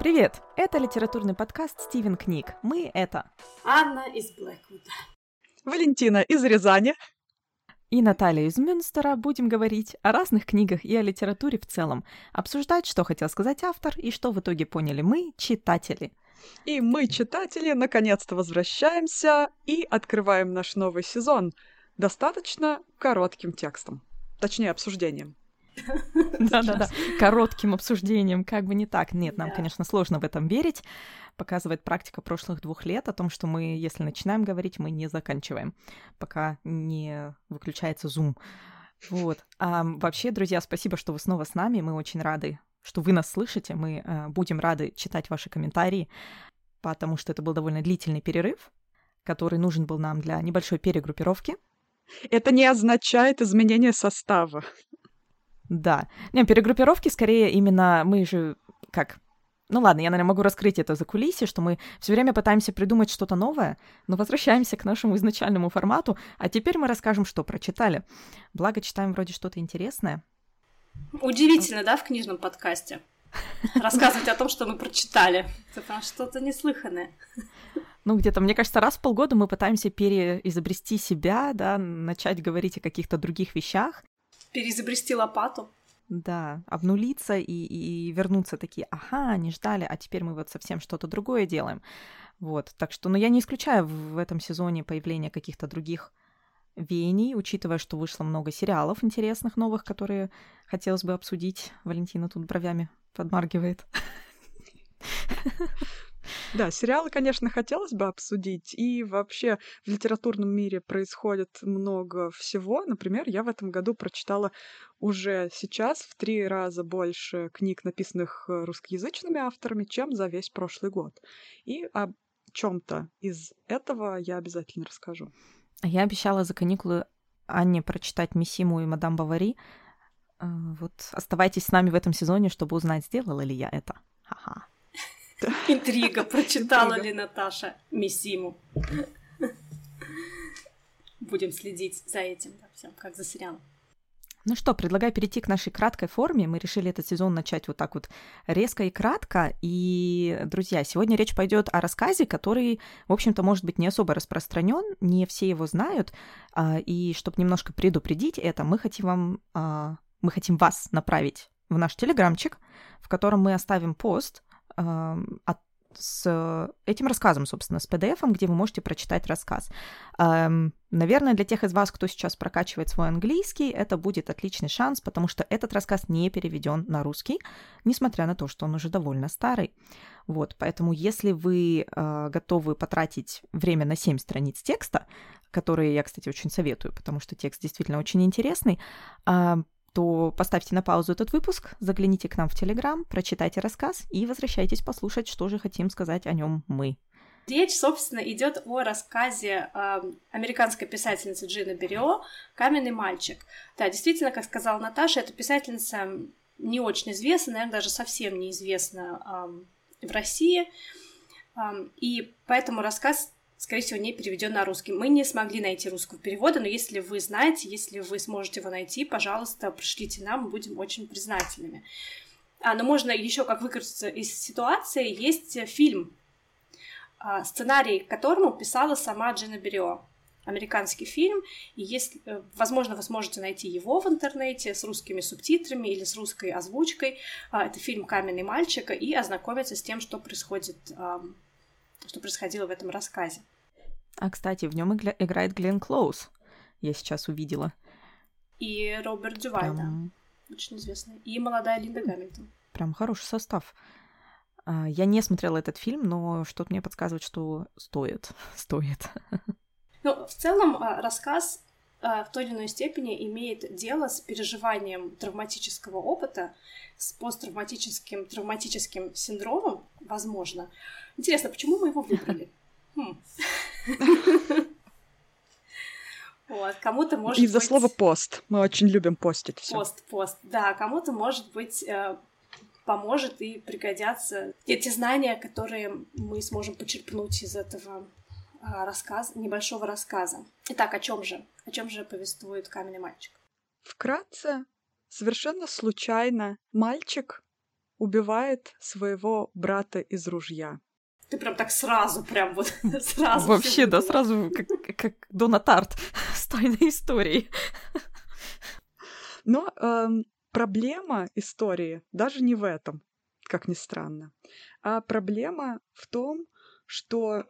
Привет! Это литературный подкаст «Стивен книг». Мы — это Анна из Блэквуда, Валентина из Рязани и Наталья из Мюнстера. Будем говорить о разных книгах и о литературе в целом, обсуждать, что хотел сказать автор и что в итоге поняли мы, читатели. И мы, читатели, наконец-то возвращаемся и открываем наш новый сезон достаточно коротким текстом, точнее, обсуждением. Да-да-да, коротким обсуждением, как бы не так. Нет, нам, конечно, сложно в этом верить. Показывает практика прошлых 2 лет о том, что мы, если начинаем говорить, мы не заканчиваем, пока не выключается Zoom. Вот. А вообще, друзья, спасибо, что вы снова с нами. Мы очень рады, что вы нас слышите. Мы будем рады читать ваши комментарии, потому что это был довольно длительный перерыв, который нужен был нам для небольшой перегруппировки. Это не означает изменение состава. Да. Не, перегруппировки скорее именно мы же как... Ну ладно, я, наверное, могу раскрыть это за кулисье, что мы все время пытаемся придумать что-то новое, но возвращаемся к нашему изначальному формату, а теперь мы расскажем, что прочитали. Благо, читаем вроде что-то интересное. Удивительно, да, в книжном подкасте? Рассказывать о том, что мы прочитали. Это прям что-то неслыханное. Ну, где-то, мне кажется, раз в полгода мы пытаемся переизобрести себя, да, начать говорить о каких-то других вещах. Переизобрести лопату. Да, обнулиться и вернуться такие, ага, не ждали, а теперь мы вот совсем что-то другое делаем. Вот, так что, ну, я не исключаю в этом сезоне появление каких-то других веяний, учитывая, что вышло много сериалов интересных, новых, которые хотелось бы обсудить. Валентина тут бровями подмаргивает. Да, сериалы, конечно, хотелось бы обсудить, и вообще в литературном мире происходит много всего. Например, я в этом году прочитала уже сейчас в 3 раза больше книг, написанных русскоязычными авторами, чем за весь прошлый год. И о чем-то из этого я обязательно расскажу. Я обещала за каникулы Анне прочитать «Мисиму» и «Мадам Бовари». Вот оставайтесь с нами в этом сезоне, чтобы узнать, сделала ли я это. Ха-ха. Интрига, прочитала ли Наташа Мисиму. Будем следить за этим, да, всем, как за сериалом. Ну что, предлагаю перейти к нашей краткой форме. Мы решили этот сезон начать вот так вот резко и кратко. И, друзья, сегодня речь пойдет о рассказе, который, в общем-то, может быть не особо распространен, не все его знают. И чтобы немножко предупредить это, мы хотим вас направить в наш телеграмчик, в котором мы оставим пост с этим рассказом, собственно, с PDF-ом, где вы можете прочитать рассказ. Наверное, для тех из вас, кто сейчас прокачивает свой английский, это будет отличный шанс, потому что этот рассказ не переведен на русский, несмотря на то, что он уже довольно старый. Вот, поэтому если вы готовы потратить время на 7 страниц текста, которые я, кстати, очень советую, потому что текст действительно очень интересный, то поставьте на паузу этот выпуск, загляните к нам в Телеграм, прочитайте рассказ и возвращайтесь послушать, что же хотим сказать о нем мы. Речь, собственно, идет о рассказе американской писательницы Джины Беррио «Каменный мальчик». Да, действительно, как сказала Наташа, эта писательница не очень известна, наверное, даже совсем неизвестна в России, и поэтому рассказ, скорее всего, не переведен на русский. Мы не смогли найти русского перевода, но если вы знаете, если вы сможете его найти, пожалуйста, пришлите нам, мы будем очень признательными. Но можно еще как выкрутиться из ситуации. Есть фильм, сценарий к которому писала сама Джина Беррио. Американский фильм, и если, возможно, вы сможете найти его в интернете с русскими субтитрами или с русской озвучкой. Это фильм «Каменный мальчик», и ознакомиться с тем, что происходило в этом рассказе. Кстати, в нем играет Гленн Клоуз, я сейчас увидела. И Роберт Дюваль, да, очень известный. И молодая Линда Гамильтон. Прям хороший состав. Я не смотрела этот фильм, но что-то мне подсказывает, что стоит. Ну, в целом, рассказ в той или иной степени имеет дело с переживанием травматического опыта, с посттравматическим синдромом, возможно. Интересно, почему мы его выбрали? Вот, кому-то может быть... Из-за слова «пост». Мы очень любим постить всё. Пост, да. Кому-то, может быть, поможет и пригодятся эти знания, которые мы сможем почерпнуть из этого небольшого рассказа. Итак, о чем же повествует «Каменный мальчик»? Вкратце, совершенно случайно мальчик убивает своего брата из ружья. Ты прям так сразу, прям вот сразу. Вообще, да, сразу как Дона Тарт с «Тайной историей». Но проблема истории даже не в этом, как ни странно. А проблема в том, что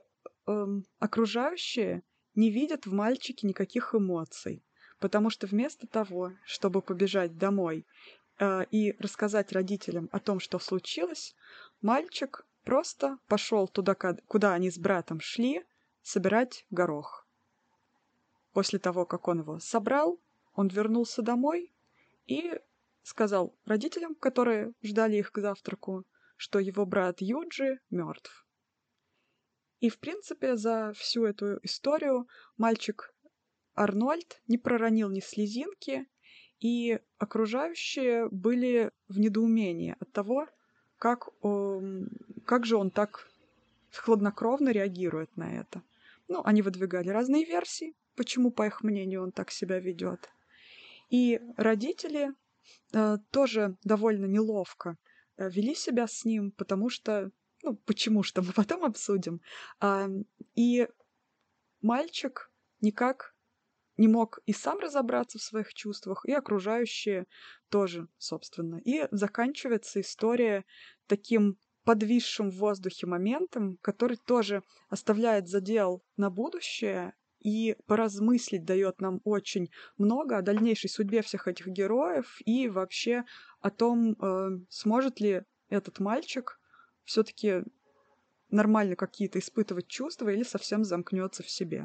окружающие не видят в мальчике никаких эмоций. Потому что вместо того, чтобы побежать домой и рассказать родителям о том, что случилось, мальчик просто пошел туда, куда они с братом шли, собирать горох. После того, как он его собрал, он вернулся домой и сказал родителям, которые ждали их к завтраку, что его брат Юджи мертв. И, в принципе, за всю эту историю мальчик Арнольд не проронил ни слезинки, и окружающие были в недоумении от того, как же он так хладнокровно реагирует на это. Ну, они выдвигали разные версии, почему, по их мнению, он так себя ведет. И родители тоже довольно неловко вели себя с ним, потому что, почему что, мы потом обсудим. И мальчик никак не мог и сам разобраться в своих чувствах, и окружающие тоже, собственно. И заканчивается история таким подвисшим в воздухе моментом, который тоже оставляет задел на будущее и поразмыслить дает нам очень много о дальнейшей судьбе всех этих героев и вообще о том, сможет ли этот мальчик все-таки нормально какие-то испытывать чувства или совсем замкнется в себе.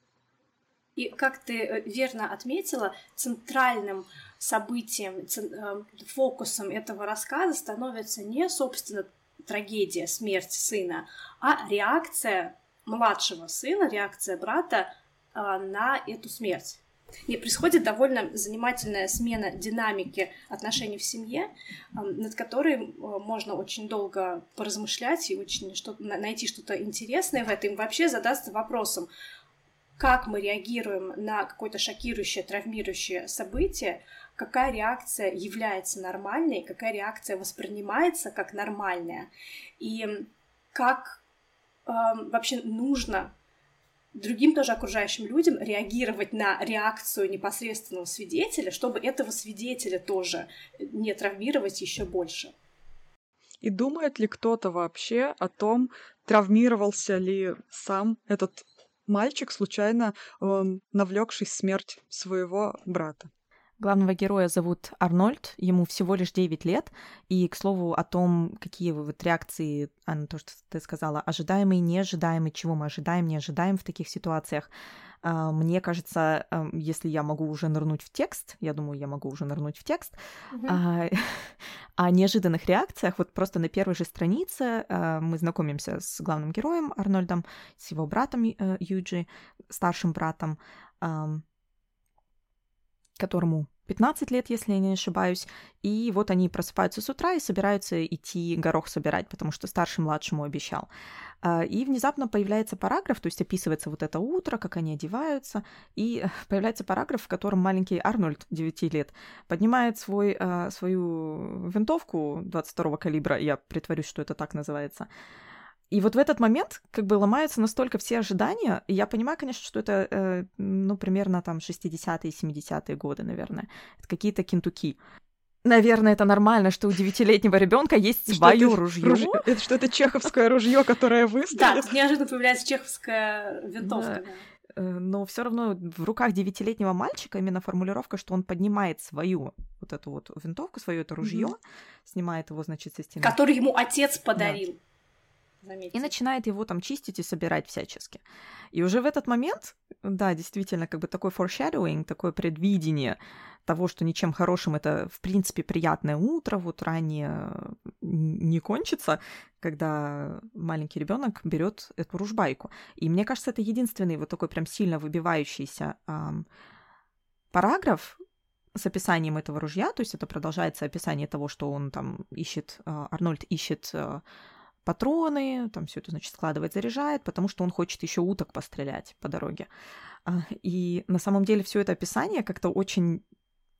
И, как ты верно отметила, центральным событием, фокусом этого рассказа становится не, собственно, трагедия, смерть сына, а реакция младшего сына, реакция брата на эту смерть. И происходит довольно занимательная смена динамики отношений в семье, над которой можно очень долго поразмышлять и очень найти что-то интересное в этом. И вообще задаться вопросом, как мы реагируем на какое-то шокирующее, травмирующее событие, какая реакция является нормальной, какая реакция воспринимается как нормальная, и как вообще нужно другим тоже окружающим людям реагировать на реакцию непосредственного свидетеля, чтобы этого свидетеля тоже не травмировать еще больше. И думает ли кто-то вообще о том, травмировался ли сам этот мальчик, случайно навлекший смерть своего брата? Главного героя зовут Арнольд, ему всего лишь 9 лет, и, к слову, о том, какие вот реакции, Анна, то, что ты сказала, ожидаемые, неожидаемые, чего мы ожидаем, не ожидаем в таких ситуациях. Мне кажется, если я могу уже нырнуть в текст, я думаю, я могу уже нырнуть в текст, о неожиданных реакциях, вот просто на первой же странице мы знакомимся с главным героем Арнольдом, с его братом Юджи, старшим братом, которому 15 лет, если я не ошибаюсь, и вот они просыпаются с утра и собираются идти горох собирать, потому что старший младшему обещал. И внезапно появляется параграф, то есть описывается вот это утро, как они одеваются, и появляется параграф, в котором маленький Арнольд, 9 лет, поднимает свою винтовку 22-го калибра, я притворюсь, что это так называется. И вот в этот момент как бы ломаются настолько все ожидания, и я понимаю, конечно, что это, примерно там 60-е, 70-е годы, наверное. Это какие-то кентуки. Наверное, это нормально, что у 9-летнего ребенка есть свое ружье. Что это чеховское ружье, которое выстрелит. Да, неожиданно появляется чеховская винтовка. Но все равно в руках 9-летнего мальчика именно формулировка, что он поднимает свою вот эту вот винтовку, свое это ружье, снимает его, значит, со стены. Который ему отец подарил. Да. И начинает его там чистить и собирать всячески. И уже в этот момент, да, действительно, как бы такой foreshadowing, такое предвидение того, что ничем хорошим это, в принципе, приятное утро, вот ранее не кончится, когда маленький ребенок берет эту ружбайку. И мне кажется, это единственный вот такой прям сильно выбивающийся параграф с описанием этого ружья, то есть это продолжается описание того, что он там ищет, Арнольд ищет патроны, там все это, значит, складывает, заряжает, потому что он хочет еще уток пострелять по дороге. И на самом деле все это описание как-то очень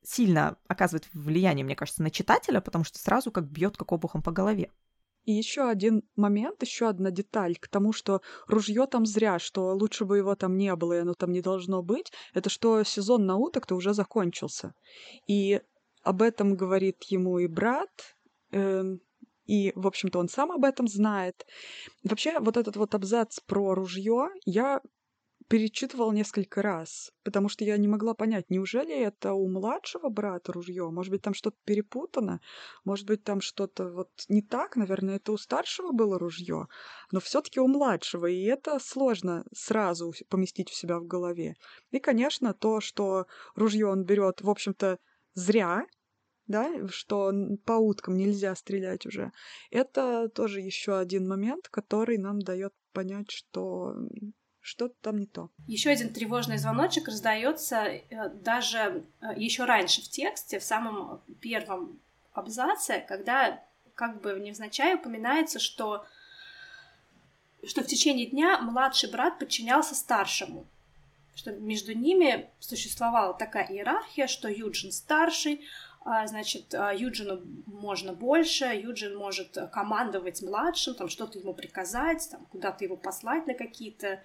сильно оказывает влияние, мне кажется, на читателя, потому что сразу как бьет как обухом по голове. И еще один момент, еще одна деталь к тому, что ружье там зря, что лучше бы его там не было, и оно там не должно быть, это что сезон на уток-то уже закончился. И об этом говорит ему и брат, и, в общем-то, он сам об этом знает. Вообще, вот этот вот абзац про ружье я перечитывала несколько раз, потому что я не могла понять, неужели это у младшего брата ружье? Может быть, там что-то перепутано? Может быть, там что-то вот не так? Наверное, это у старшего было ружье, но все-таки у младшего, и это сложно сразу поместить у себя в голове. И, конечно, то, что ружье он берет, в общем-то, зря, да, что по уткам нельзя стрелять уже. Это тоже еще один момент, который нам дает понять, что что-то там не то. Еще один тревожный звоночек раздается даже еще раньше в тексте, в самом первом абзаце, когда как бы невзначай упоминается, что в течение дня младший брат подчинялся старшему, что между ними существовала такая иерархия, что Юджин старший, значит, Юджину можно больше, Юджин может командовать младшим, там что-то ему приказать, там, куда-то его послать на какие-то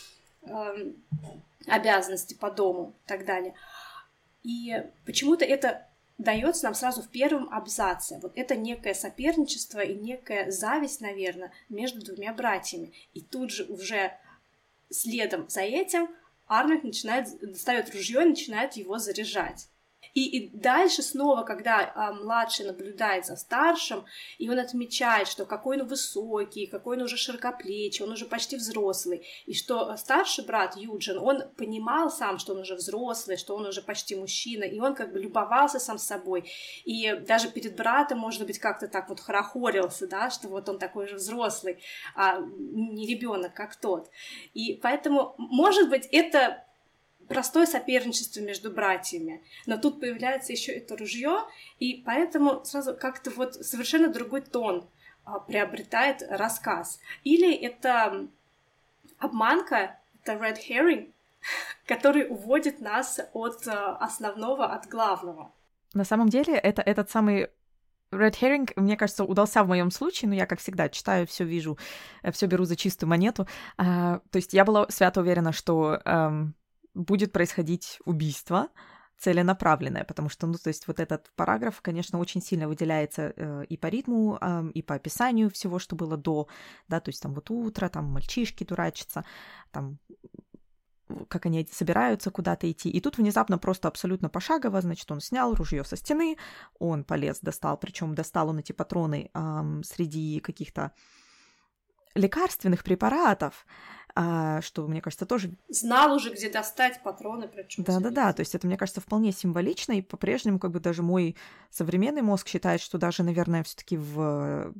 обязанности по дому и так далее. И почему-то это дается нам сразу в первом абзаце. Вот это некое соперничество и некая зависть, наверное, между двумя братьями. И тут же уже следом за этим Арнольд достает ружье и начинает его заряжать. И дальше снова, когда младший наблюдает за старшим, и он отмечает, что какой он высокий, какой он уже широкоплечий, он уже почти взрослый, и что старший брат Юджин, он понимал сам, что он уже взрослый, что он уже почти мужчина, и он как бы любовался сам собой, и даже перед братом, может быть, как-то так вот хорохорился, да, что вот он такой же взрослый, а не ребенок, как тот. И поэтому, может быть, это простое соперничество между братьями, но тут появляется еще это ружье, и поэтому сразу как-то вот совершенно другой тон приобретает рассказ. Или это обманка, это red herring, который уводит нас от основного, от главного. На самом деле, это этот самый red herring, мне кажется, удался в моем случае, но я, как всегда, читаю, все вижу, все беру за чистую монету. То есть я была свято уверена, что будет происходить убийство целенаправленное, потому что, ну, то есть вот этот параграф, конечно, очень сильно выделяется и по ритму, и по описанию всего, что было до, да, то есть там вот утро, там мальчишки дурачатся, там как они собираются куда-то идти, и тут внезапно просто абсолютно пошагово, значит, он снял ружье со стены, он полез, достал, причем достал он эти патроны среди каких-то лекарственных препаратов, что, мне кажется, тоже... Знал уже, где достать патроны, причем. Да-да-да, то есть это, мне кажется, вполне символично, и по-прежнему как бы даже мой современный мозг считает, что даже, наверное, все таки в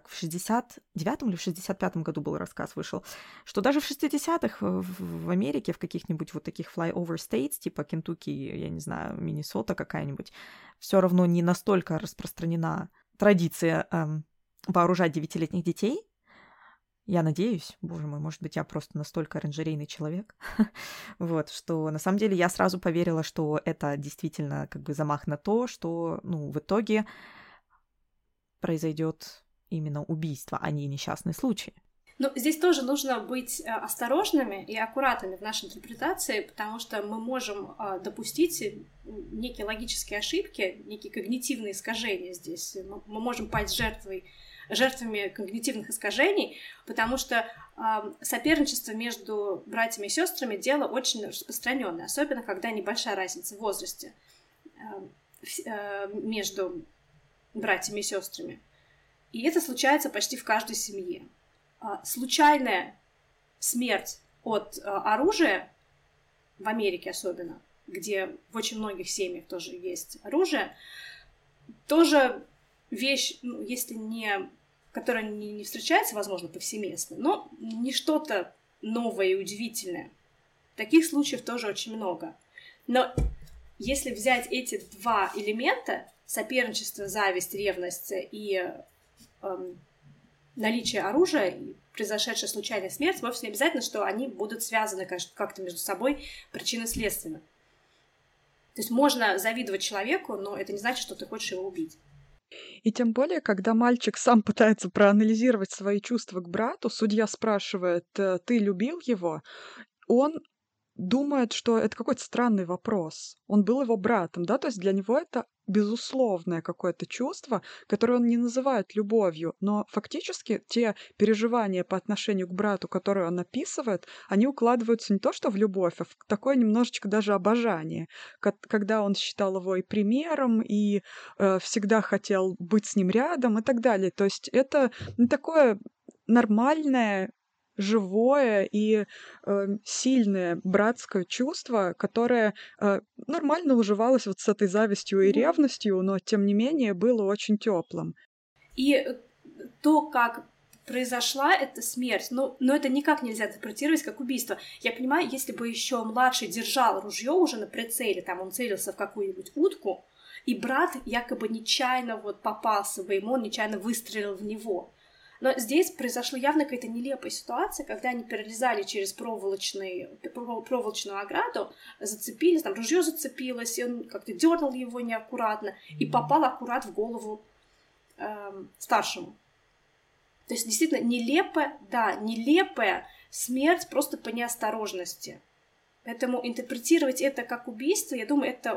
69-м или в 65-м году был рассказ вышел, что даже в 60-х в Америке, в каких-нибудь вот таких flyover states, типа Кентукки, я не знаю, Миннесота какая-нибудь, все равно не настолько распространена традиция вооружать 9-летних детей. Я надеюсь, боже мой, может быть, я просто настолько оранжерейный человек, вот, что на самом деле я сразу поверила, что это действительно как бы замах на то, что, ну, в итоге произойдет именно убийство, а не несчастный случай. Но здесь тоже нужно быть осторожными и аккуратными в нашей интерпретации, потому что мы можем допустить некие логические ошибки, некие когнитивные искажения здесь. Мы можем пасть жертвами когнитивных искажений, потому что соперничество между братьями и сестрами дело очень распространенное, особенно когда небольшая разница в возрасте между братьями и сестрами. И это случается почти в каждой семье. Случайная смерть от оружия, в Америке особенно, где в очень многих семьях тоже есть оружие, тоже вещь, ну, если не которая не встречается, возможно, повсеместно, но не что-то новое и удивительное. Таких случаев тоже очень много. Но если взять эти два элемента, соперничество, зависть, ревность и наличие оружия, и произошедшая случайная смерть, вовсе не обязательно, что они будут связаны как-то между собой причинно-следственно. То есть можно завидовать человеку, но это не значит, что ты хочешь его убить. И тем более, когда мальчик сам пытается проанализировать свои чувства к брату, судья спрашивает, ты любил его? Он думает, что это какой-то странный вопрос. Он был его братом, да, то есть для него это безусловное какое-то чувство, которое он не называет любовью, но фактически те переживания по отношению к брату, которые он описывает, они укладываются не то что в любовь, а в такое немножечко даже обожание, когда он считал его и примером, и всегда хотел быть с ним рядом и так далее. То есть это такое нормальное, живое и сильное братское чувство, которое нормально уживалось вот с этой завистью и ревностью, но тем не менее было очень теплым. И то, как произошла эта смерть, но это никак нельзя интерпретировать как убийство. Я понимаю, если бы еще младший держал ружье уже на прицеле, там он целился в какую-нибудь утку, и брат якобы нечаянно вот попался бы ему, он нечаянно выстрелил в него. Но здесь произошла явно какая-то нелепая ситуация, когда они перелезали через проволочную ограду, зацепились, там ружье зацепилось, и он как-то дернул его неаккуратно и попал аккурат в голову старшему. То есть действительно нелепая смерть просто по неосторожности. Поэтому интерпретировать это как убийство, я думаю, это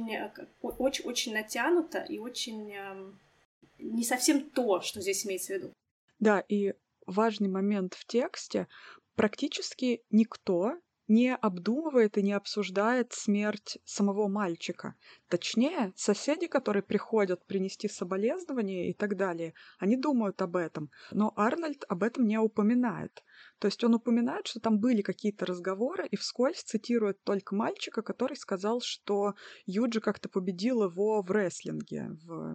очень натянуто и очень не совсем то, что здесь имеется в виду. Да, и важный момент в тексте. Практически никто не обдумывает и не обсуждает смерть самого мальчика. Точнее, соседи, которые приходят принести соболезнования и так далее, они думают об этом. Но Арнольд об этом не упоминает. То есть он упоминает, что там были какие-то разговоры, и вскользь цитирует только мальчика, который сказал, что Юджи как-то победил его в рестлинге.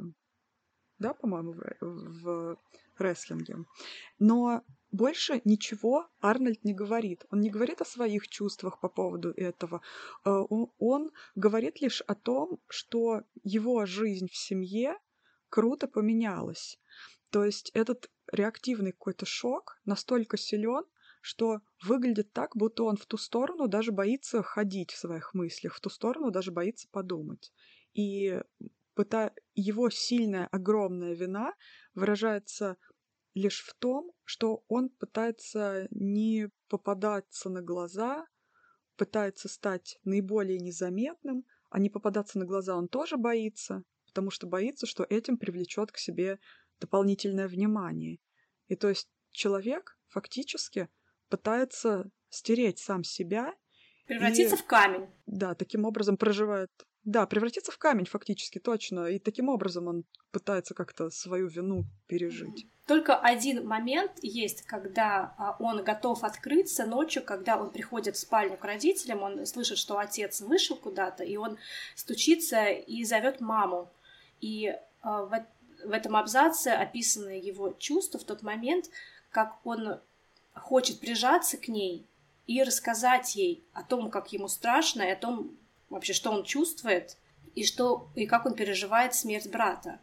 Да, по-моему, в рестлинге. Но больше ничего Арнольд не говорит. Он не говорит о своих чувствах по поводу этого. Он говорит лишь о том, что его жизнь в семье круто поменялась. То есть этот реактивный какой-то шок настолько силен, что выглядит так, будто он в ту сторону даже боится ходить в своих мыслях, в ту сторону даже боится подумать. И его сильная, огромная вина выражается лишь в том, что он пытается не попадаться на глаза, пытается стать наиболее незаметным, а не попадаться на глаза он тоже боится, потому что боится, что этим привлечет к себе дополнительное внимание. И то есть человек фактически пытается стереть сам себя. Превратиться в камень. Да, таким образом проживает. Да, превратиться в камень фактически, точно. И таким образом он пытается как-то свою вину пережить. Только один момент есть, когда он готов открыться ночью, когда он приходит в спальню к родителям, он слышит, что отец вышел куда-то, и он стучится и зовет маму. И в этом абзаце описаны его чувства в тот момент, как он хочет прижаться к ней и рассказать ей о том, как ему страшно, и о том, вообще, что он чувствует, и как он переживает смерть брата.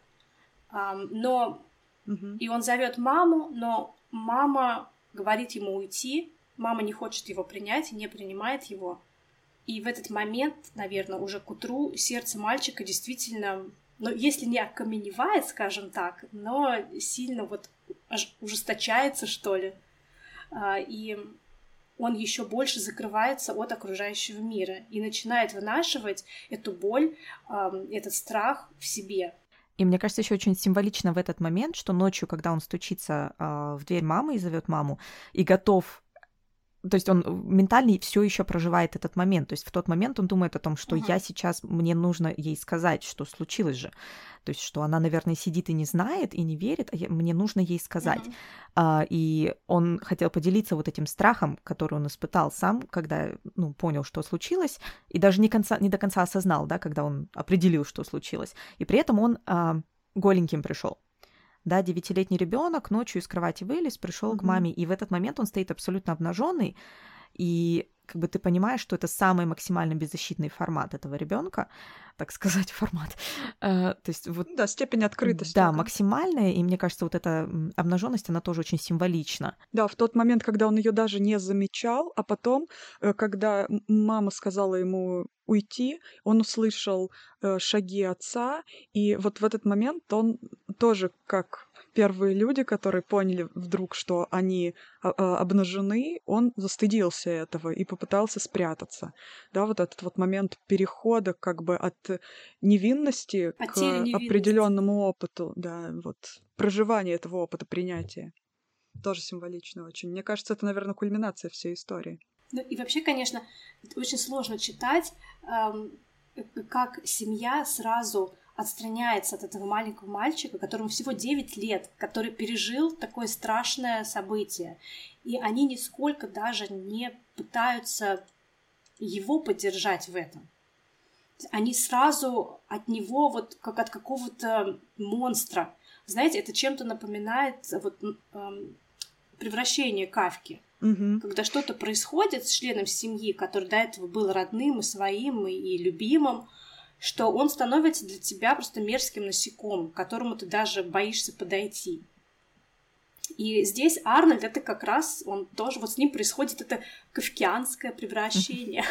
И он зовет маму, но мама говорит ему уйти, мама не хочет его принять, не принимает его. И в этот момент, наверное, уже к утру сердце мальчика действительно, если не окаменевает, скажем так, но сильно вот аж ужесточается, что ли. И он еще больше закрывается от окружающего мира и начинает вынашивать эту боль, этот страх в себе. И мне кажется, еще очень символично в этот момент, что ночью, когда он стучится в дверь мамы и зовет маму, и готов, то есть он ментально все еще проживает этот момент. То есть в тот момент он думает о том, что мне нужно ей сказать, что случилось же. То есть что она, наверное, сидит и не знает, и не верит, а мне нужно ей сказать. И он хотел поделиться вот этим страхом, который он испытал сам, когда понял, что случилось, и даже не до конца осознал, да, когда он определил, что случилось. И при этом он голеньким пришел. Да, 9-летний ребенок ночью из кровати вылез, пришел к маме, и в этот момент он стоит абсолютно обнаженный. И как бы ты понимаешь, что это самый максимально беззащитный формат этого ребенка, так сказать, формат. То есть вот Да, степень открытости. да, максимальная, и мне кажется, вот эта обнаженность, она тоже очень символична. Да, в тот момент, когда он ее даже не замечал, а потом, когда мама сказала ему уйти, он услышал шаги отца, и вот в этот момент он тоже, как первые люди, которые поняли вдруг, что они обнажены, он застыдился этого и попытался спрятаться. Да, вот этот вот момент перехода как бы от невинности к Потери невинности. определенному опыту, да, вот проживания этого опыта, принятия. Тоже символично очень. Мне кажется, это, наверное, кульминация всей истории. Ну и вообще, конечно, очень сложно читать, как семья сразу отстраняется от этого маленького мальчика, которому всего 9 лет, который пережил такое страшное событие. И они нисколько даже не пытаются его поддержать в этом. Они сразу от него, вот как от какого-то монстра. Знаете, это чем-то напоминает вот, превращение Кафки. Когда что-то происходит с членом семьи, который до этого был родным и своим, и любимым, что он становится для тебя просто мерзким насекомым, к которому ты даже боишься подойти. И здесь Арнольд, это как раз, он тоже, вот с ним происходит это кафкианское превращение.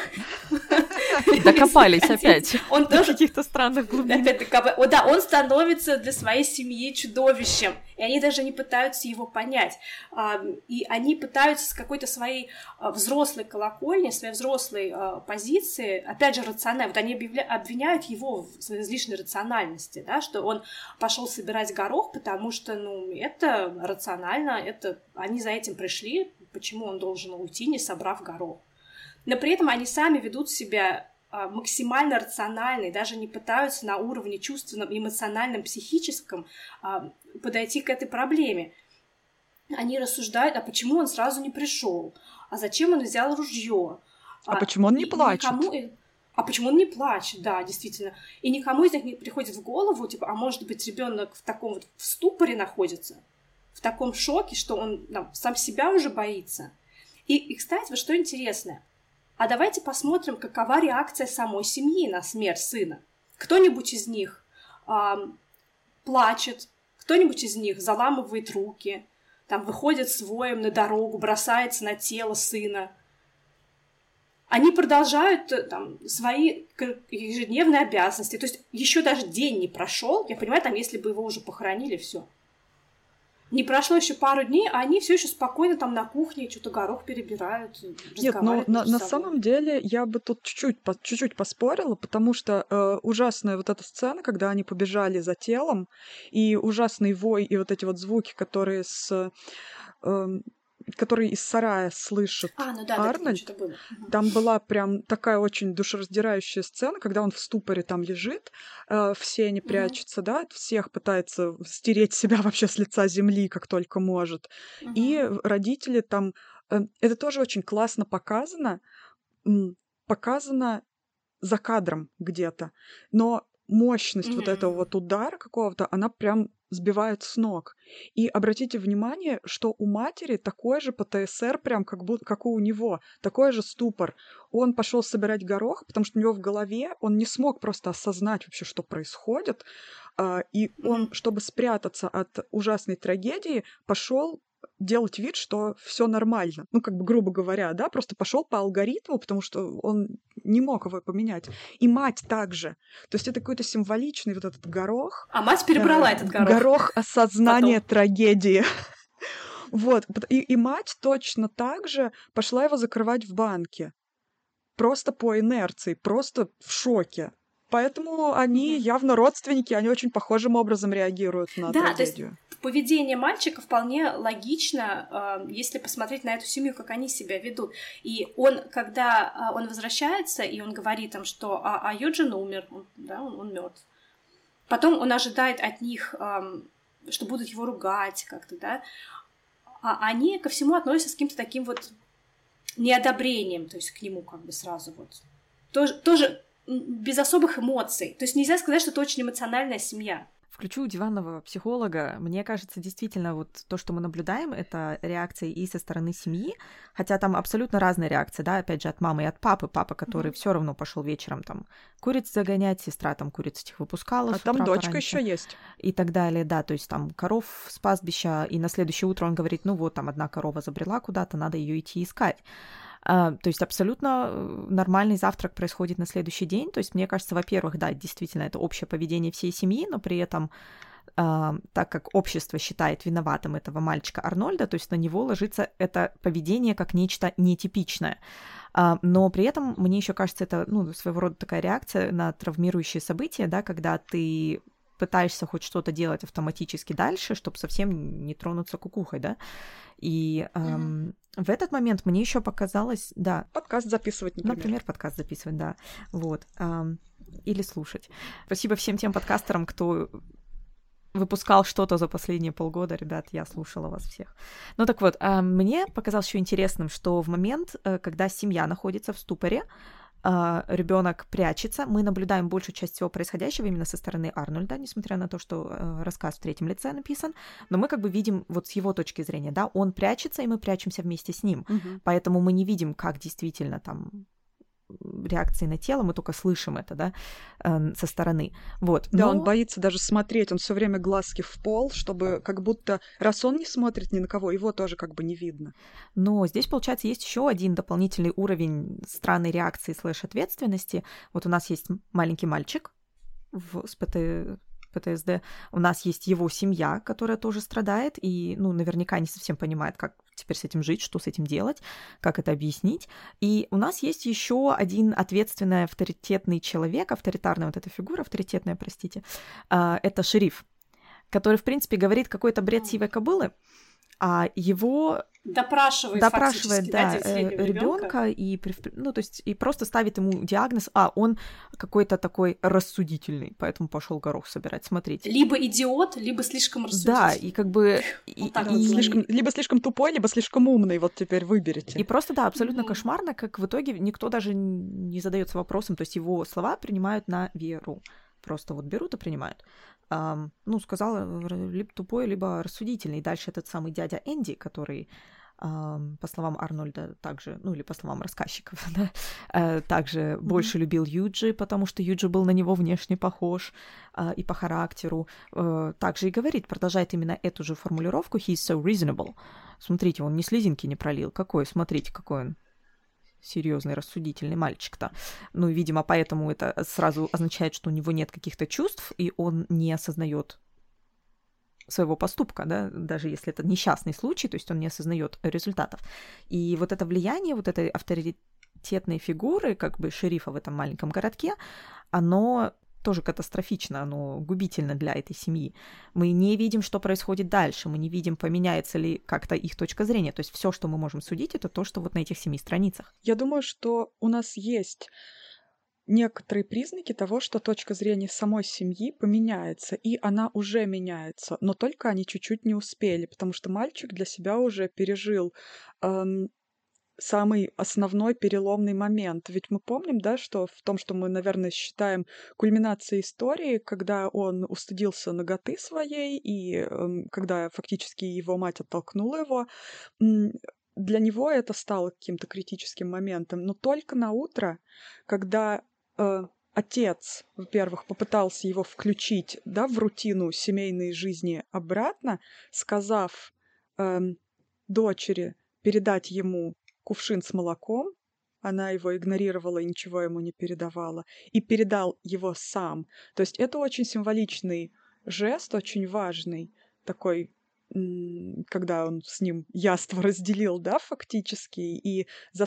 Докопались опять. Он тоже каких-то странных глубин. Да, он становится для своей семьи чудовищем, и они даже не пытаются его понять. И они пытаются с какой-то своей взрослой колокольни, своей взрослой позиции, опять же, рационально, вот они обвиняют его в своей излишней рациональности, да, что он пошел собирать горох, потому что, ну, это рационально, это они за этим пришли, почему он должен уйти, не собрав горох. Но при этом они сами ведут себя максимально рационально и даже не пытаются на уровне чувственном, эмоциональном, психическом подойти к этой проблеме. Они рассуждают, а почему он сразу не пришел, а зачем он взял ружье, а почему он не плачет. А почему он не плачет, да, действительно. И никому из них не приходит в голову, типа, а может быть, ребенок в таком вот в ступоре находится, в таком шоке, что он сам себя уже боится. И, кстати, вот что интересно, а давайте посмотрим, какова реакция самой семьи на смерть сына. Кто-нибудь из них плачет, кто-нибудь из них заламывает руки, там выходит с воем на дорогу, бросается на тело сына. Они продолжают там свои ежедневные обязанности. То есть еще даже день не прошел. Я понимаю, там, если бы его уже похоронили, все. Не прошло еще пару дней, а они все еще спокойно там на кухне что-то горох перебирают. Нет, но на самом деле я бы тут чуть-чуть поспорила, потому что ужасная вот эта сцена, когда они побежали за телом, и ужасный вой, и вот эти вот звуки, которые который из сарая слышит Арнольд, да, там была прям такая очень душераздирающая сцена, когда он в ступоре там лежит, все они прячутся, да, всех пытается стереть себя вообще с лица земли, как только может. И родители там... Это тоже очень классно показано за кадром где-то, но мощность вот этого вот удара какого-то, она прям сбивает с ног. И обратите внимание, что у матери такой же ПТСР, прям как и у него, такой же ступор. Он пошел собирать горох, потому что у него в голове он не смог просто осознать вообще, что происходит. И он, чтобы спрятаться от ужасной трагедии, пошел делать вид, что все нормально. Ну, как бы, грубо говоря, да, просто пошел по алгоритму, потому что он не мог его поменять. И мать также. То есть это какой-то символичный вот этот горох. А мать перебрала этот горох. Горох осознания трагедии. Вот. И мать точно так же пошла его закрывать в банке. Просто по инерции, просто в шоке. Поэтому они явно родственники, они очень похожим образом реагируют на трагедию. То есть поведение мальчика вполне логично, если посмотреть на эту семью, как они себя ведут. И он, когда он возвращается, и он говорит им, что Юджин умер, он мертв. Потом он ожидает от них, что будут его ругать как-то, да. А они ко всему относятся с каким-то таким вот неодобрением, то есть к нему как бы сразу вот. Тоже без особых эмоций. То есть нельзя сказать, что это очень эмоциональная семья. Включу диванного психолога. Мне кажется, действительно, вот то, что мы наблюдаем, это реакции и со стороны семьи, хотя там абсолютно разные реакции, да, опять же, от мамы и от папы. Папа, который все равно пошел вечером там куриц загонять, сестра там куриц этих выпускала. А с там утра дочка пораньше еще есть. и так далее, да, то есть там коров с пастбища, и на следующее утро он говорит, ну вот там одна корова забрела куда-то, надо ее идти искать. То есть абсолютно нормальный завтрак происходит на следующий день. То есть мне кажется, во-первых, да, действительно, это общее поведение всей семьи, но при этом, так как общество считает виноватым этого мальчика Арнольда, то есть на него ложится это поведение как нечто нетипичное. Но при этом, мне еще кажется, это своего рода такая реакция на травмирующие события, да, когда ты пытаешься хоть что-то делать автоматически дальше, чтобы совсем не тронуться кукухой, да. И в этот момент мне еще показалось, да. Подкаст записывать, например. Например, подкаст записывать, да. Вот. Или слушать. Спасибо всем тем подкастерам, кто выпускал что-то за последние полгода, ребят, я слушала вас всех. Ну так вот, мне показалось еще интересным, что в момент, когда семья находится в ступоре, ребенок прячется, мы наблюдаем большую часть всего происходящего именно со стороны Арнольда, несмотря на то, что рассказ в третьем лице написан, но мы как бы видим вот с его точки зрения, да, он прячется, и мы прячемся вместе с ним, поэтому мы не видим, как действительно там реакции на тело, мы только слышим это, да, со стороны. Вот. Да, он боится даже смотреть, он все время глазки в пол, чтобы как будто, раз он не смотрит ни на кого, его тоже как бы не видно. Но здесь, получается, есть еще один дополнительный уровень странной реакции /ответственности. Вот у нас есть маленький мальчик с ПТСД, у нас есть его семья, которая тоже страдает, и, наверняка не совсем понимает, как теперь с этим жить, что с этим делать, как это объяснить. И у нас есть еще один ответственный, авторитетный человек, авторитарная вот эта фигура, авторитетная, простите, это шериф, который, в принципе, говорит какой-то бред сивой кобылы, а его допрашивает, да, ребенка и, то есть, и просто ставит ему диагноз, он какой-то такой рассудительный, поэтому пошел горох собирать, смотрите. Либо идиот, либо слишком рассудительный. Да, и как бы... Либо слишком тупой, либо слишком умный, вот теперь выберите. И просто, да, абсолютно кошмарно, как в итоге никто даже не задается вопросом, то есть его слова принимают на веру. Просто вот берут и принимают. Сказала либо тупой, либо рассудительный. И дальше этот самый дядя Энди, который, по словам Арнольда, также, или по словам рассказчиков, да, также больше любил Юджи, потому что Юджи был на него внешне похож и по характеру. Также и говорит, продолжает именно эту же формулировку «He's so reasonable». Смотрите, он ни слезинки не пролил. Смотрите, какой он серьезный, рассудительный мальчик-то. Видимо, поэтому это сразу означает, что у него нет каких-то чувств, и он не осознает своего поступка, да, даже если это несчастный случай, то есть он не осознает результатов. И вот это влияние вот этой авторитетной фигуры, как бы шерифа в этом маленьком городке, оно тоже катастрофично, оно губительно для этой семьи. Мы не видим, что происходит дальше, мы не видим, поменяется ли как-то их точка зрения. То есть все, что мы можем судить, это то, что вот на этих 7 страницах. Я думаю, что у нас есть некоторые признаки того, что точка зрения самой семьи поменяется, и она уже меняется, но только они чуть-чуть не успели, потому что мальчик для себя уже пережил самый основной переломный момент. Ведь мы помним, да, что в том, что мы, наверное, считаем кульминацией истории, когда он устыдился наготы своей, и когда фактически его мать оттолкнула его, для него это стало каким-то критическим моментом. Но только на утро, когда отец, во-первых, попытался его включить, да, в рутину семейной жизни обратно, сказав дочери передать ему кувшин с молоком, она его игнорировала и ничего ему не передавала, и передал его сам. То есть это очень символичный жест, очень важный, такой, когда он с ним яство разделил, да, фактически, и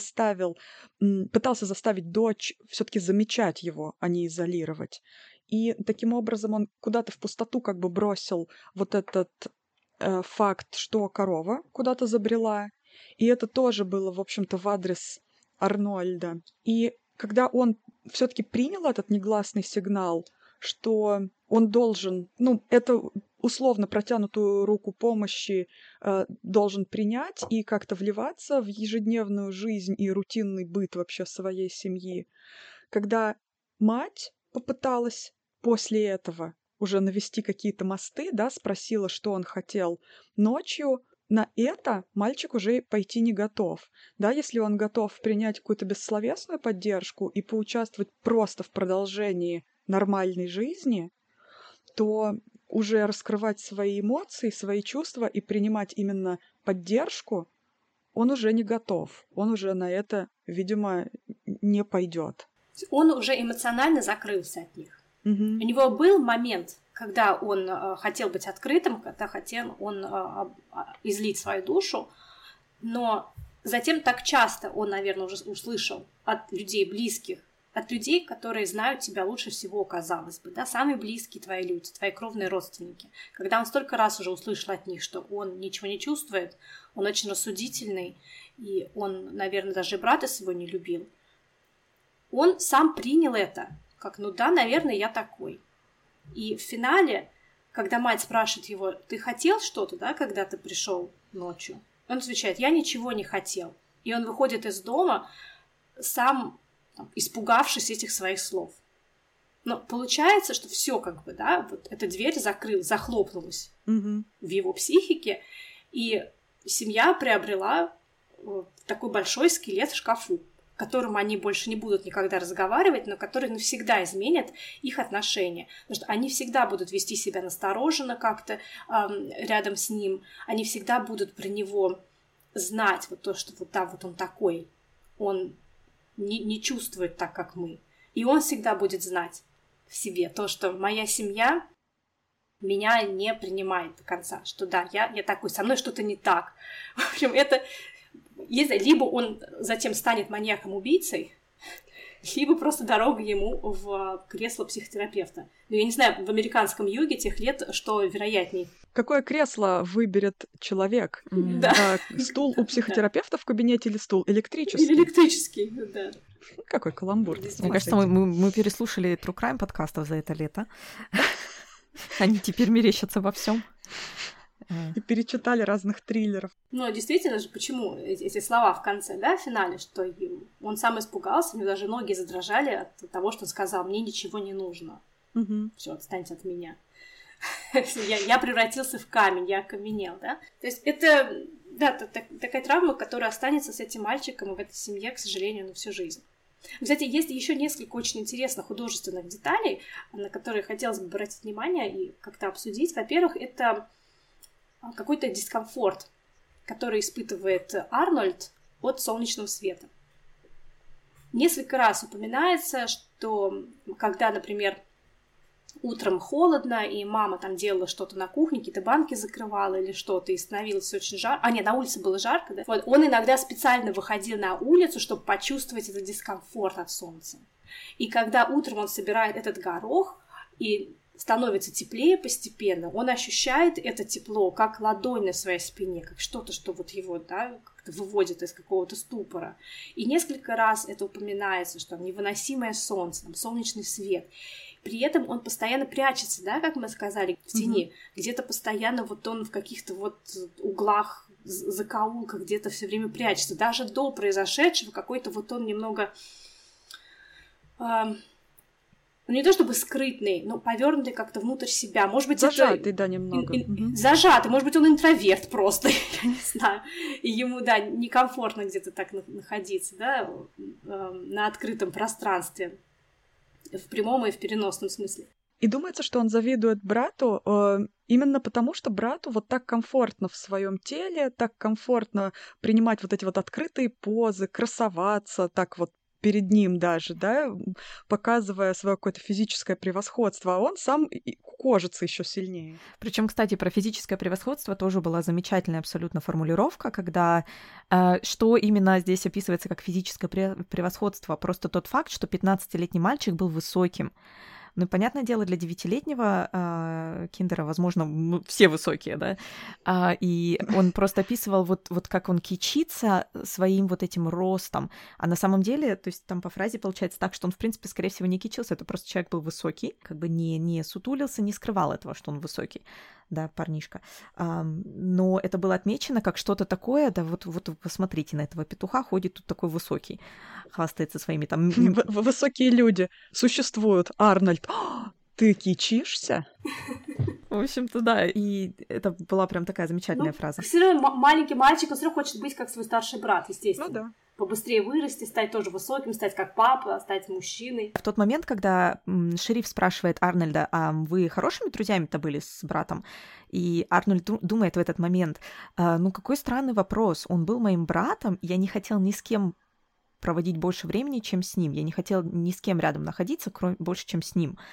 пытался заставить дочь все-таки замечать его, а не изолировать. И таким образом он куда-то в пустоту как бы бросил вот этот факт, что корова куда-то забрела, и это тоже было, в общем-то, в адрес Арнольда. И когда он все-таки принял этот негласный сигнал, что он должен, эту условно протянутую руку помощи должен принять и как-то вливаться в ежедневную жизнь и рутинный быт вообще своей семьи, когда мать попыталась после этого уже навести какие-то мосты, да, спросила, что он хотел ночью, на это мальчик уже пойти не готов. Да, если он готов принять какую-то бессловесную поддержку и поучаствовать просто в продолжении нормальной жизни, то уже раскрывать свои эмоции, свои чувства и принимать именно поддержку он уже не готов. Он уже на это, видимо, не пойдет. Он уже эмоционально закрылся от них. Угу. У него был момент, когда он хотел быть открытым, когда хотел он излить свою душу, но затем так часто он, наверное, уже услышал от людей близких, от людей, которые знают тебя лучше всего, казалось бы, да, самые близкие твои люди, твои кровные родственники. Когда он столько раз уже услышал от них, что он ничего не чувствует, он очень рассудительный, и он, наверное, даже брата своего не любил, он сам принял это, как, ну да, наверное, я такой. И в финале, когда мать спрашивает его, ты хотел что-то, да, когда ты пришел ночью? Он отвечает, я ничего не хотел. И он выходит из дома, сам испугавшись этих своих слов. Но получается, что все как бы, да, вот эта дверь захлопнулась в его психике, и семья приобрела такой большой скелет в шкафу, которым они больше не будут никогда разговаривать, но который навсегда изменит их отношения. Потому что они всегда будут вести себя настороженно как-то рядом с ним, они всегда будут про него знать вот то, что вот да, вот он такой, он не чувствует так, как мы. И он всегда будет знать в себе то, что моя семья меня не принимает до конца, что да, я такой, со мной что-то не так. В общем, это либо он затем станет маньяком-убийцей, либо просто дорога ему в кресло психотерапевта. Ну, я не знаю, в американском юге тех лет, что вероятней. Какое кресло выберет человек? Да. Стул у психотерапевта в кабинете или стул электрический? Или электрический, да. Какой каламбур. Мне кажется, мы переслушали True Crime подкастов за это лето. Они теперь мерещатся во всем. И перечитали разных триллеров. Ну, действительно же, почему эти слова в конце, да, в финале, что он сам испугался, у него даже ноги задрожали от того, что он сказал, мне ничего не нужно. Все, отстаньте от меня. Я превратился в камень, я окаменел, да. То есть это, да, такая травма, которая останется с этим мальчиком и в этой семье, к сожалению, на всю жизнь. Кстати, есть еще несколько очень интересных художественных деталей, на которые хотелось бы обратить внимание и как-то обсудить. Во-первых, это какой-то дискомфорт, который испытывает Арнольд от солнечного света. Несколько раз упоминается, что когда, например, утром холодно, и мама там делала что-то на кухне, какие-то банки закрывала или что-то, и становилось очень жарко. На улице было жарко, да? Вот, он иногда специально выходил на улицу, чтобы почувствовать этот дискомфорт от солнца. И когда утром он собирает этот горох, и становится теплее постепенно, он ощущает это тепло как ладонь на своей спине, как что-то, что вот его, да, как-то выводит из какого-то ступора. И несколько раз это упоминается, что невыносимое солнце, там, солнечный свет. При этом он постоянно прячется, да, как мы сказали, в тени. Где-то постоянно вот он в каких-то вот углах, закоулках где-то все время прячется. Даже до произошедшего какой-то вот он немного... не то чтобы скрытный, но повернутый как-то внутрь себя. Может быть, зажатый, да, немного. Зажатый, может быть, он интроверт просто, я не знаю. И ему, да, некомфортно где-то так находиться, да, на открытом пространстве, в прямом и в переносном смысле. И думается, что он завидует брату именно потому, что брату вот так комфортно в своем теле, так комфортно принимать вот эти вот открытые позы, красоваться, так вот перед ним даже, да, показывая свое какое-то физическое превосходство, а он сам кожится еще сильнее. Причем, кстати, про физическое превосходство тоже была замечательная абсолютно формулировка, когда что именно здесь описывается как физическое превосходство, просто тот факт, что 15-летний мальчик был высоким. Ну, понятное дело, для 9-летнего Киндера, возможно, все высокие, да, и он просто описывал вот как он кичится своим вот этим ростом, а на самом деле, то есть там по фразе получается так, что он, в принципе, скорее всего, не кичился, это просто человек был высокий, как бы не сутулился, не скрывал этого, что он высокий, да, парнишка, но это было отмечено как что-то такое, да, вот посмотрите на этого петуха, ходит тут такой высокий, хвастается своими там... Высокие люди существуют, Арнольд. Ты кичишься? В общем-то, да, и это была прям такая замечательная фраза. Все равно маленький мальчик, он все равно хочет быть как свой старший брат, естественно. Ну да. Побыстрее вырасти, стать тоже высоким, стать как папа, стать мужчиной. В тот момент, когда шериф спрашивает Арнольда, а вы хорошими друзьями-то были с братом? И Арнольд думает в этот момент, ну какой странный вопрос, он был моим братом, я не хотел ни с кем проводить больше времени, чем с ним, я не хотел ни с кем рядом находиться, кроме больше, чем с ним.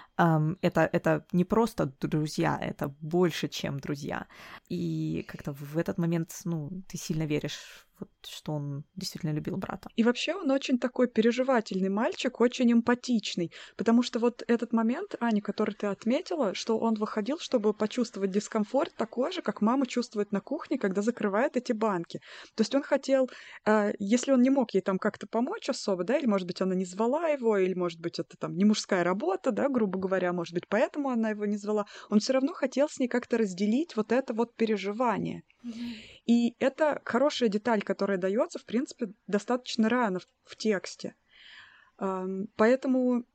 Это не просто друзья, это больше, чем друзья. И как-то в этот момент, ну, ты сильно веришь, вот, что он действительно любил брата. И вообще он очень такой переживательный мальчик, очень эмпатичный, потому что вот этот момент, Аня, который ты отметила, что он выходил, чтобы почувствовать дискомфорт такой же, как мама чувствует на кухне, когда закрывает эти банки. То есть он хотел, если он не мог ей там как-то помочь особо, да, или, может быть, она не звала его, или, может быть, это там не мужская работа, да, грубо говоря, может быть, поэтому она его не звала, он все равно хотел с ней как-то разделить вот это вот переживание. И это хорошая деталь, которая дается, в принципе, достаточно рано в тексте. Поэтому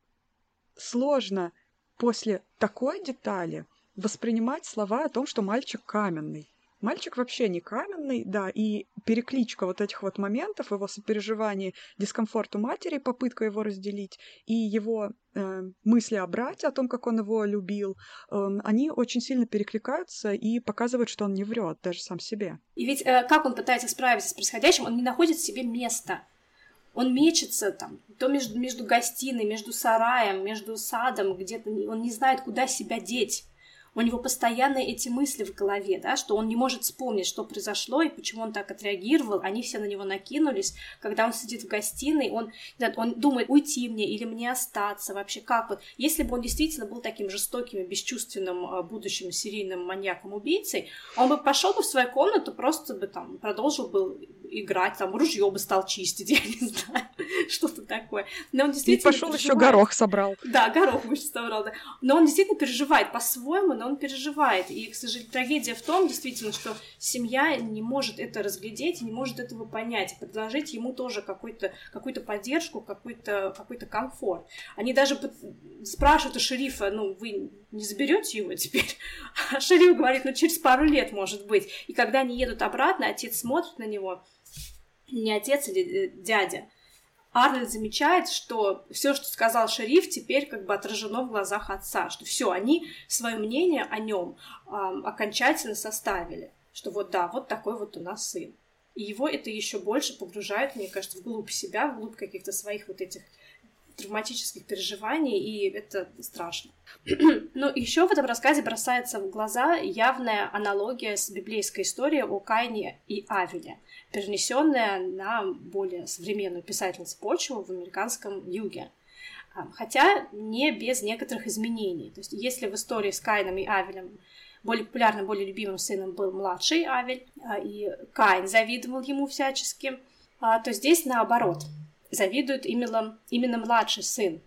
сложно после такой детали воспринимать слова о том, что мальчик каменный. Мальчик вообще не каменный, да, и перекличка вот этих вот моментов, его сопереживание дискомфорту матери, попытка его разделить, и его мысли о брате, о том, как он его любил, они очень сильно перекликаются и показывают, что он не врет даже сам себе. И ведь как он пытается справиться с происходящим, он не находит себе места. Он мечется там, то между гостиной, между сараем, между садом, где-то он не знает, куда себя деть. У него постоянно эти мысли в голове, да, что он не может вспомнить, что произошло и почему он так отреагировал. Они все на него накинулись. Когда он сидит в гостиной, он думает, уйти мне или мне остаться. Вообще как вот? Если бы он действительно был таким жестоким и бесчувственным будущим серийным маньяком-убийцей, он бы пошел бы в свою комнату, просто бы там продолжил бы играть, там ружье бы стал чистить, я не знаю, что-то такое. Но он действительно и пошел еще горох собрал. Да, горох бы собрал, да. Но он действительно переживает по-своему, но он переживает. И, к сожалению, трагедия в том, действительно, что семья не может это разглядеть, не может этого понять, предложить ему тоже какую-то поддержку, какой-то комфорт. Они даже спрашивают у шерифа, ну, вы не заберете его теперь? А шериф говорит, ну, через пару лет, может быть. И когда они едут обратно, отец смотрит на него, не отец или дядя, Арнольд замечает, что все, что сказал шериф, теперь как бы отражено в глазах отца, что все, они свое мнение о нем окончательно составили, что вот да, вот такой вот у нас сын. И его это еще больше погружает, мне кажется, вглубь себя, вглубь каких-то своих вот этих травматических переживаний, и это страшно. Но еще в этом рассказе бросается в глаза явная аналогия с библейской историей о Каине и Авеле, перенесенная на более современную писательницу почву в американском юге. Хотя не без некоторых изменений. То есть если в истории с Каином и Авелем более популярным, более любимым сыном был младший Авель, и Каин завидовал ему всячески, то здесь наоборот. Завидует именно младший сын.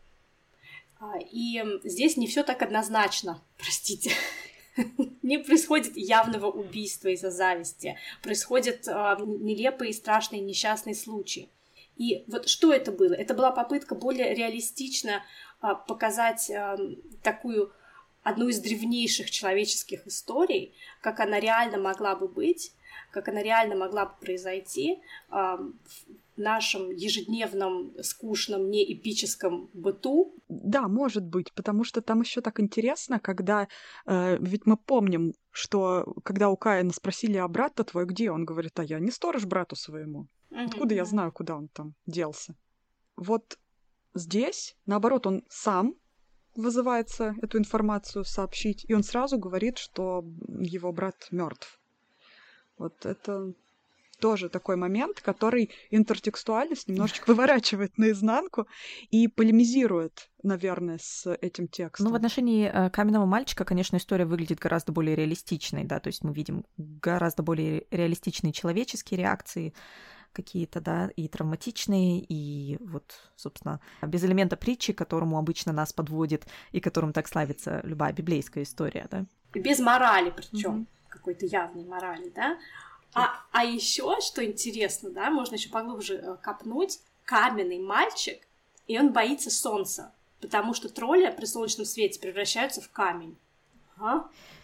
И здесь не все так однозначно, простите. Не происходит явного убийства из-за зависти. Происходят нелепые, страшные, несчастные случаи. И вот что это было? Это была попытка более реалистично показать такую одну из древнейших человеческих историй, как она реально могла бы быть, как она реально могла бы произойти в нашем ежедневном, скучном, неэпическом быту. Да, может быть, потому что там еще так интересно, когда... ведь мы помним, что когда у Каина спросили, а брат-то твой где? Он говорит, а я не сторож брату своему. Откуда я знаю, куда он там делся? Вот здесь, наоборот, он сам вызывается эту информацию сообщить, и он сразу говорит, что его брат мертв. Вот это тоже такой момент, который интертекстуальность немножечко выворачивает наизнанку и полемизирует, наверное, с этим текстом. Ну, в отношении каменного мальчика, конечно, история выглядит гораздо более реалистичной, да, то есть мы видим гораздо более реалистичные человеческие реакции какие-то, да, и травматичные, и вот, собственно, без элемента притчи, к которому обычно нас подводит и которым так славится любая библейская история, да. Без морали, причем какой-то явной морали, да. А еще, что интересно, да, можно еще поглубже копнуть, каменный мальчик, и он боится солнца. потому что тролли при солнечном свете превращаются в камень. Ага.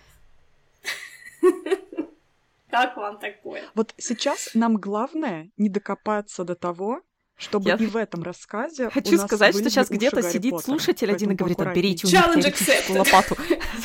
Как вам такое? Вот сейчас нам главное не докопаться до того, чтобы и в этом рассказе хочу сказать, что сейчас где-то сидит слушатель один и говорит: берите у них теоретическую лопату.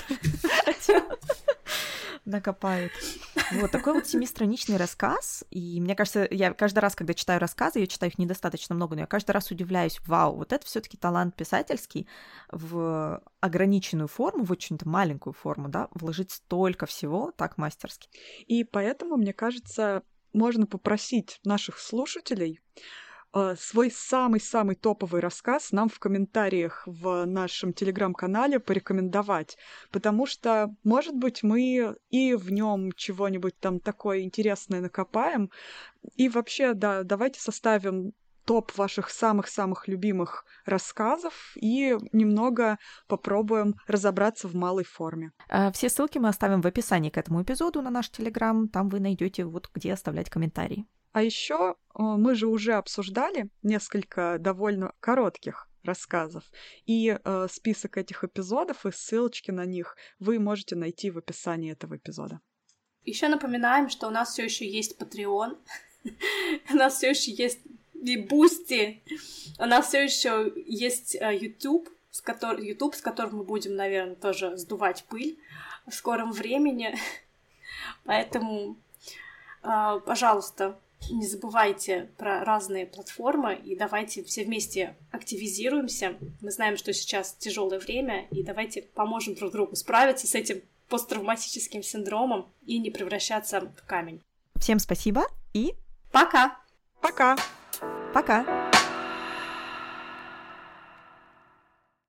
Накопают. Вот такой вот 7-страничный рассказ. И мне кажется, я каждый раз, когда читаю рассказы, я читаю их недостаточно много, но я каждый раз удивляюсь: вау, вот это все-таки талант писательский в ограниченную форму, в очень маленькую форму, да, вложить столько всего так мастерски. И поэтому, мне кажется, можно попросить наших слушателей свой самый-самый топовый рассказ нам в комментариях в нашем телеграм-канале порекомендовать, потому что, может быть, мы и в нем чего-нибудь там такое интересное накопаем, и вообще, да, давайте составим топ ваших самых-самых любимых рассказов и немного попробуем разобраться в малой форме. Все ссылки мы оставим в описании к этому эпизоду на наш телеграм, там вы найдете вот где оставлять комментарии. А еще мы же уже обсуждали несколько довольно коротких рассказов, и список этих эпизодов и ссылочки на них вы можете найти в описании этого эпизода. Еще напоминаем, что у нас все еще есть Patreon, у нас все еще есть и Boosty, у нас все еще есть YouTube, с которым мы будем, наверное, тоже сдувать пыль в скором времени. Поэтому, пожалуйста, не забывайте про разные платформы, и давайте все вместе активизируемся. Мы знаем, что сейчас тяжелое время, и давайте поможем друг другу справиться с этим посттравматическим синдромом и не превращаться в камень. Всем спасибо и пока! Пока! Пока!